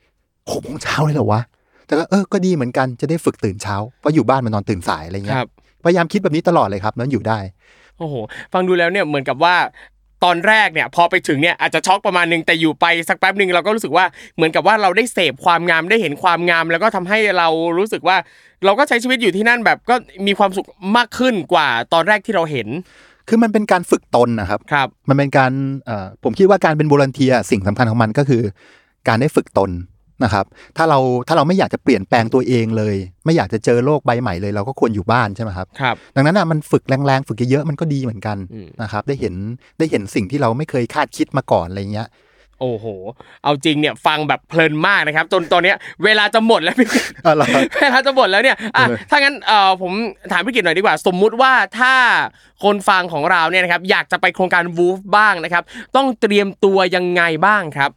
6 โมงเช้าเลยเหรอวะแต่ก็ดีเหมือนกันจะได้ฝึกตื่นเช้าเพราะอยู่บ้านมันนอนตื่นสายอะไรเงี้ยพยายามคิดแบบนี้ตลอดเลยครับแล้วอยู่ได้โอ้โหฟังดูแล้วเนี่ยเหมือนกับว่าตอนแรกเนี่ยพอไปถึงเนี่ยอาจจะช็อกประมาณนึงแต่อยู่ไปสักแป๊บนึงเราก็รู้สึกว่าเหมือนกับว่าเราได้เสพความงามได้เห็นความงามแล้วก็ทำให้เรารู้สึกว่าเราก็ใช้ชีวิตอยู่ที่นั่นแบบก็มีความสุขมากขึ้นกว่าตอนแรกที่เราเห็นคือมันเป็นการฝึกตนนะครับมันเป็นการผมคิดว่าการเป็นวอลันเทียร์สิ่งสำคัญของมันก็คือการได้ฝึกตนนะครับถ้าเราไม่อยากจะเปลี่ยนแปลงตัวเองเลยไม่อยากจะเจอโลกใบใหม่เลยเราก็ควรอยู่บ้านใช่ไหมครับดังนั้นมันฝึกแรงๆฝึกเยอะๆมันก็ดีเหมือนกันนะครับได้เห็นสิ่งที่เราไม่เคยคาดคิดมาก่อนอะไรเงี้ยโอ้โหเอาจริงเนี่ยฟังแบบเพลินมากนะครับจนตอนนี้เวลาจะหมดแล้วเวลาจะหมดแล้วเนี่ยถ้างั้นผมถามพี่กิตหน่อยดีกว่าสมมุติว่าถ้าคนฟังของเราเนี่ยนะครับอยากจะไปโครงการ WOOF บ้างนะครับต้องเตรียมตัวยังไงบ้างครับ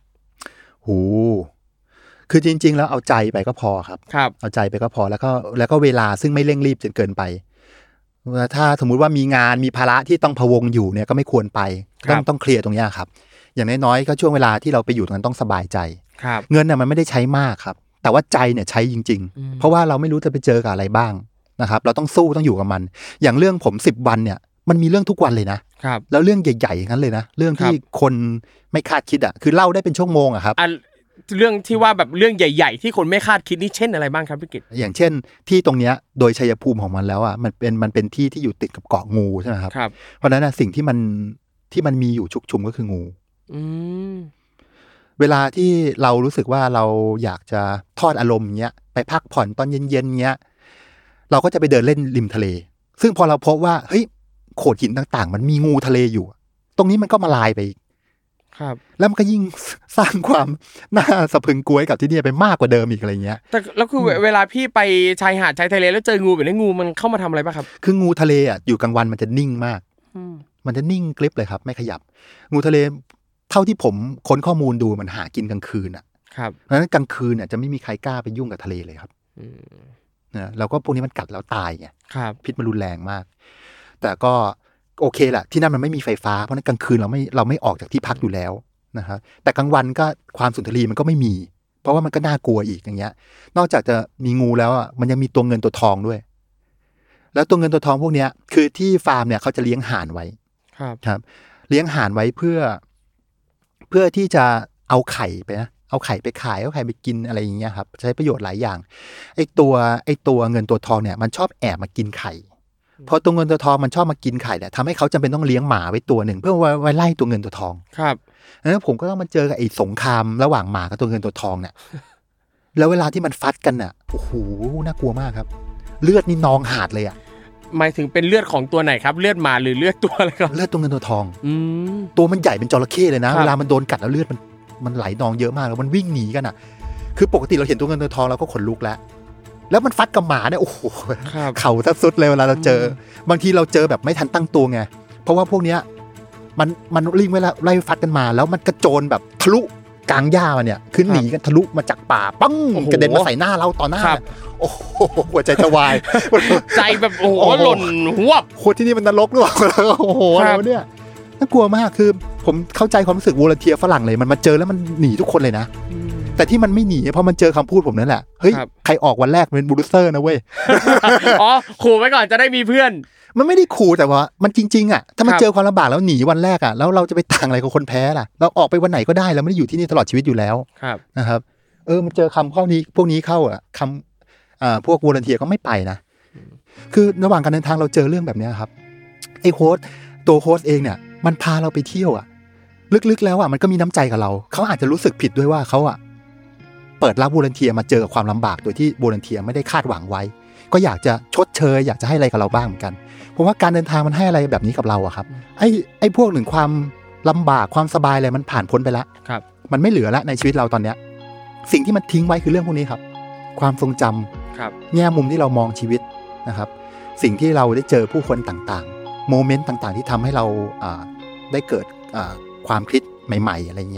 คือจริงๆแล้วเอาใจไปก็พอครับเอาใจไปก็พอแล้วก็เวลาซึ่งไม่เร่งรีบจนเกินไปถ้าสมมุติว่ามีงานมีภาระที่ต้องพะวงอยู่เนี่ยก็ไม่ควรไปต้องเคลียร์ตรงนี้ครับอย่างน้อยๆก็ช่วงเวลาที่เราไปอยู่ตรงนั้นต้องสบายใจเงินเนี่ยมันไม่ได้ใช้มากครับแต่ว่าใจเนี่ยใช้จริงๆเพราะว่าเราไม่รู้จะไปเจอกับอะไรบ้างนะครับเราต้องสู้ต้องอยู่กับมันอย่างเรื่องผม10 วันเนี่ยมันมีเรื่องทุกวันเลยนะแล้วเรื่องใหญ่ๆอย่างนั้นเลยนะเรื่องที่คนไม่คาดคิดคือเล่าได้เป็นชั่วโมงครับเรื่องที่ว่าแบบเรื่องใหญ่ๆที่คนไม่คาดคิดนี่เช่นอะไรบ้างครับพี่กิตอย่างเช่นที่ตรงเนี้ยโดยชัยภูมิของมันแล้วมันเป็นที่ที่อยู่ติดกับเกาะงูใช่ไหมครับเพราะฉะนั้นสิ่งที่มันมีอยู่ชุกชุมก็คืองูเวลาที่เรารู้สึกว่าเราอยากจะทอดอารมณ์เงี้ยไปพักผ่อนตอนเย็นๆเงี้ยเราก็จะไปเดินเล่นริมทะเลซึ่งพอเราพบว่าเฮ้ยโขดหินต่างๆมันมีงูทะเลอยู่ตรงนี้มันก็มาลายไปแล้วมันก็ยิ่งสร้างความน่าสะพรึงกลัวกับที่นี่ไปมากกว่าเดิมอีกอะไรเงี้ยแต่แล้วคือเวลาพี่ไปชายหาดชายทะเลแล้วเจองูแบบนี้งูมันเข้ามาทำอะไรป่ะครับคืองูทะเลอยู่กลางวันมันจะนิ่งมากมันจะนิ่งกริบเลยครับไม่ขยับงูทะเลเท่าที่ผมค้นข้อมูลดูมันหากินกลางคืนเพราะฉะนั้นกลางคืนจะไม่มีใครกล้าไปยุ่งกับทะเลเลยครับนะแล้วก็พวกนี้มันกัดแล้วตายไงพิษมันรุนแรงมากแต่ก็โอเคแหละที่นั่นมันไม่มีไฟฟ้าเพราะนั้นกลางคืนเราไม่ออกจากที่พักอยู่แล้วนะครับแต่กลางวันก็ความสุนทรีมันก็ไม่มีเพราะว่ามันก็น่ากลัวอีกอย่างเงี้ยนอกจากจะมีงูแล้วมันยังมีตัวเงินตัวทองด้วยแล้วตัวเงินตัวทองพวกเนี้ยคือที่ฟาร์มเนี่ยเขาจะเลี้ยงห่านไว้ครับเลี้ยงห่านไว้เพื่อที่จะเอาไข่ไปนะเอาไข่ไปขายเอาไข่ไปกินอะไรอย่างเงี้ยครับใช้ประโยชน์หลายอย่างไอ้ตัวเงินตัวทองเนี่ยมันชอบแอบมากินไข่พอตัวเงินตัวทองมันชอบมากินไข่เนี่ยทำให้เขาจำเป็นต้องเลี้ยงหมาไว้ตัวหนึ่งเพื่อไว้ไล่ตัวเงินตัวทองแล้วผมก็ต้องมาเจอกับไอ้สงครามระหว่างหมากับตัวเงินตัวทองเนี่ยแล้วเวลาที่มันฟัดกันโอ้โหน่ากลัวมากครับเลือดนี่นองหาดเลยหมายถึงเป็นเลือดของตัวไหนครับเลือดหมาหรือเลือดตัวอะไรครับเลือดตัวเงินตัวทองตัวมันใหญ่เป็นจระเข้เลยนะเวลามันโดนกัดแล้วเลือดมันไหลนองเยอะมากแล้วมันวิ่งหนีกันคือปกติเราเห็นตัวเงินตัวทองเราก็ขนลุกแล้วมันฟัดกับหมาเนี่ยโอ้โหเข่าแทบสุดเลยเวลาเราเจอบางทีเราเจอแบบไม่ทันตั้งตัวไงเพราะว่าพวกเนี้ยมันวิ่งไล่ฟัดกันมาแล้วมันกระโจนแบบทะลุกลางหญ้ามาเนี่ยขึ้นหนีกันทะลุมาจากป่าปังกระเด็นมาใส่หน้าเราต่อหน้าโอ้โหหัวใจจะวายใจแบบโอ้โหหล่นหัวโคตรที่นี่มันนรกหรือเปล่าโอ้โหแล้วเนี่ยน่ากลัวมากคือผมเข้าใจความรู้สึกวอลันเทียร์ฝรั่งเลยมันมาเจอแล้วมันหนีทุกคนเลยนะแต่ที่มันไม่หนีเพราะมันเจอคำพูดผมนั่นแหละเฮ้ยใครออกวันแรกเป็นบูลเซอร์นะเว้ยอ๋อขู่ไว้ก่อนจะได้มีเพื่อนมันไม่ได้ขู่แต่ว่ามันจริงๆถ้ามันเจอความลำบากแล้วหนีวันแรกแล้วเราจะไปต่างอะไรกับคนแพ้ล่ะเราออกไปวันไหนก็ได้เราไม่ได้อยู่ที่นี่ตลอดชีวิตอยู่แล้วนะครับมันเจอคำข้อนี้พวกนี้เข้าคำพวกวอลันเทียร์ก็ไม่ไปนะคือระหว่างการเดินทางเราเจอเรื่องแบบนี้ครับไอ้โฮสต์ตัวโฮสต์เองเนี่ยมันพาเราไปเที่ยวลึกๆแล้วมันก็มีน้ำใจกับเราเขาอาจจะรู้สึกผิดด้วยว่าเขาเปิดรับวอลันเทียร์มาเจอกับความลำบากโดยที่วอลันเทียร์ไม่ได้คาดหวังไว้ก็อยากจะชดเชยอยากจะให้อะไรกับเราบ้างเหมือนกันเพราะว่าการเดินทางมันให้อะไรแบบนี้กับเราครับไอ้พวกหนึ่งความลำบากความสบายอะไรมันผ่านพ้นไปแล้วมันไม่เหลือแล้วในชีวิตเราตอนเนี้ยสิ่งที่มันทิ้งไว้คือเรื่องพวกนี้ครับความทรงจำแง่มุมที่เรามองชีวิตนะครับสิ่งที่เราได้เจอผู้คนต่างๆโมเมนต์ต่างๆที่ทำให้เราได้เกิดความคิดใหม่ๆอะไรเงี้ย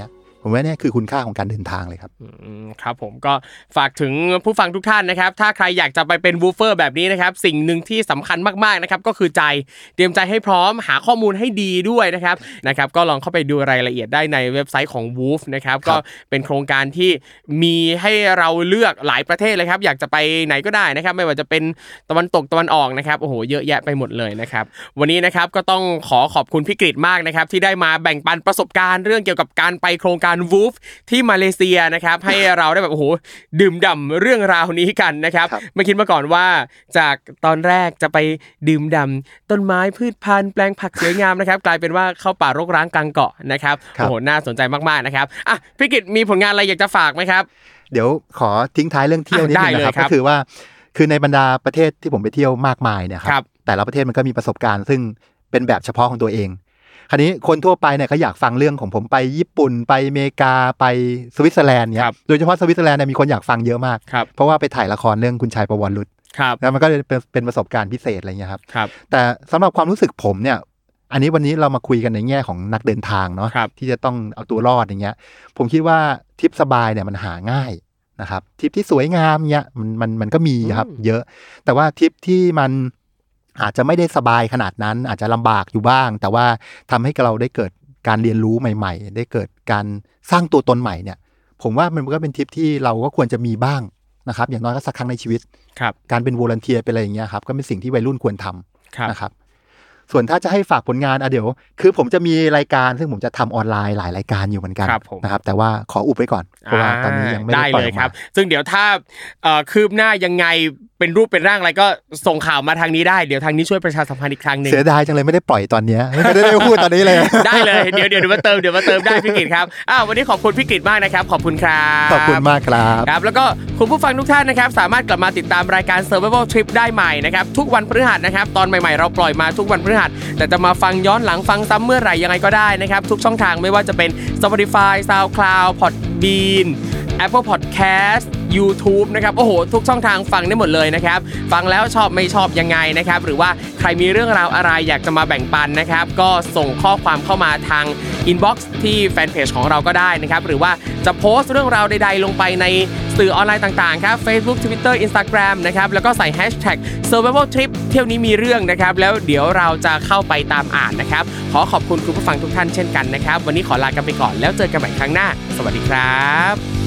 ผมว่าเนี่ยคือคุณค่าของการเดินทางเลยครับครับผมก็ฝากถึงผู้ฟังทุกท่านนะครับถ้าใครอยากจะไปเป็นวูฟเฟอร์แบบนี้นะครับสิ่งหนึ่งที่สำคัญมากๆนะครับก็คือใจเตรียมใจให้พร้อมหาข้อมูลให้ดีด้วยนะครับก็ลองเข้าไปดูรายละเอียดได้ในเว็บไซต์ของ Woof นะครับก็เป็นโครงการที่มีให้เราเลือกหลายประเทศเลยครับอยากจะไปไหนก็ได้นะครับไม่ว่าจะเป็นตะวันตกตะวันออกนะครับโอ้โหเยอะแยะไปหมดเลยนะครับวันนี้นะครับก็ต้องขอบคุณพี่กฤษมากนะครับที่ได้มาแบ่งปันประสบการณ์เรื่องเกี่ยวกับการไปโครงการ Woof ที่มาเลเซียนะครับให้เราได้แบบโอ้โหดื่มด่ำเรื่องราวนี้กันนะครับไม่คิดมาก่อนว่าจากตอนแรกจะไปดื่มด่ำต้นไม้พืชพันธุ์แปลงผักสวยงามนะครับกลายเป็นว่าเข้าป่ารกร้างกลางเกาะนะครับโอ้โหน่าสนใจมากๆนะครับพี่กฤษมีผลงานอะไรอยากจะฝากไหมครับเดี๋ยวขอทิ้งท้ายเรื่องเที่ยวนิดนึงนะครับก็คือว่าคือในบรรดาประเทศที่ผมไปเที่ยวมากมายเนี่ยครับแต่ละประเทศมันก็มีประสบการณ์ซึ่งเป็นแบบเฉพาะของตัวเองคราวนี้คนทั่วไปเนี่ยก็อยากฟังเรื่องของผมไปญี่ปุ่นไปอเมริกาไปสวิตเซอร์แลนด์เนี่ยโดยเฉพาะสวิตเซอร์แลนด์เนี่ยมีคนอยากฟังเยอะมากเพราะว่าไปถ่ายละครเรื่องคุณชายประวรรุตแล้วมันก็เป็นประสบการณ์พิเศษอะไรเงี้ยครับแต่สำหรับความรู้สึกผมเนี่ยอันนี้วันนี้เรามาคุยกันในแง่ของนักเดินทางเนาะที่จะต้องเอาตัวรอดอย่างเงี้ยผมคิดว่าทริปสบายเนี่ยมันหาง่ายนะครับทริปที่สวยงามเนี่ยมันก็มีครับเยอะแต่ว่าทริปที่มันอาจจะไม่ได้สบายขนาดนั้นอาจจะลำบากอยู่บ้างแต่ว่าทำให้เราได้เกิดการเรียนรู้ใหม่ๆได้เกิดการสร้างตัวตนใหม่เนี่ยผมว่ามันก็เป็นทริปที่เราก็ควรจะมีบ้างนะครับอย่างน้อยก็สักครั้งในชีวิตการเป็นวอลันเทียร์เป็นอะไรอย่างเงี้ยครับก็เป็นสิ่งที่วัยรุ่นควรทำนะครับส่วนถ้าจะให้ฝากผลงานเดี๋ยวคือผมจะมีรายการซึ่งผมจะทำออนไลน์หลายรายการอยู่เหมือนกันนะครับแต่ว่าขออุบไว้ก่อนเพราะว่าตอนนี้ยังไม่ได้ปล่อยออกมาซึ่งเดี๋ยวถ้าคืบหน้ายังไงเป็นรูปเป็นร่างอะไรก็ส่งข่าวมาทางนี้ได้เดี๋ยวทางนี้ช่วยประชาสัมพันธ์อีกครั้งนึงเสียดายจังเลยไม่ได้ปล่อยตอนนี้ไม่ได้พูดตอนนี้เลยได้เลยเดี๋ยวมาเติมได้พี่กฤษครับวันนี้ขอบคุณพี่กฤษมากนะครับขอบคุณครับขอบคุณมากครับแล้วก็คุณผู้ฟังทุกท่านนะครับสามารถกลับมาติดตามรายการ Survival Trip ได้ใหม่นะครับทุกวันพฤหัสนะครับตอนใหม่ๆเราปล่อยมาทุกวันพฤหัสแต่จะมาฟังย้อนหลังฟังซ้ำเมื่อไหร่ยังไงก็ได้นะครับทุกช่องทางไม่ว่าจะเป็น Spotify SoundCloud Podbean Apple Podcast YouTube นะครับโอ้โหทุกช่องทางฟังได้หมดเลยนะครับฟังแล้วชอบไม่ชอบยังไงนะครับหรือว่าใครมีเรื่องราวอะไรอยากจะมาแบ่งปันนะครับก็ส่งข้อความเข้ามาทาง inbox ที่แฟนเพจของเราก็ได้นะครับหรือว่าจะโพสต์เรื่องราวใดๆลงไปในสื่อออนไลน์ต่างๆครับ Facebook Twitter Instagram นะครับแล้วก็ใส่ hashtag Survival Trip เที่ยวนี้มีเรื่องนะครับแล้วเดี๋ยวเราจะเข้าไปตามอ่านนะครับขอบคุณคุณผู้ฟังทุกท่านเช่นกันนะครับวันนี้ขอลากันไปก่อนแล้วเจอกันใหม่ครั้งหน้าสวัสดีครับ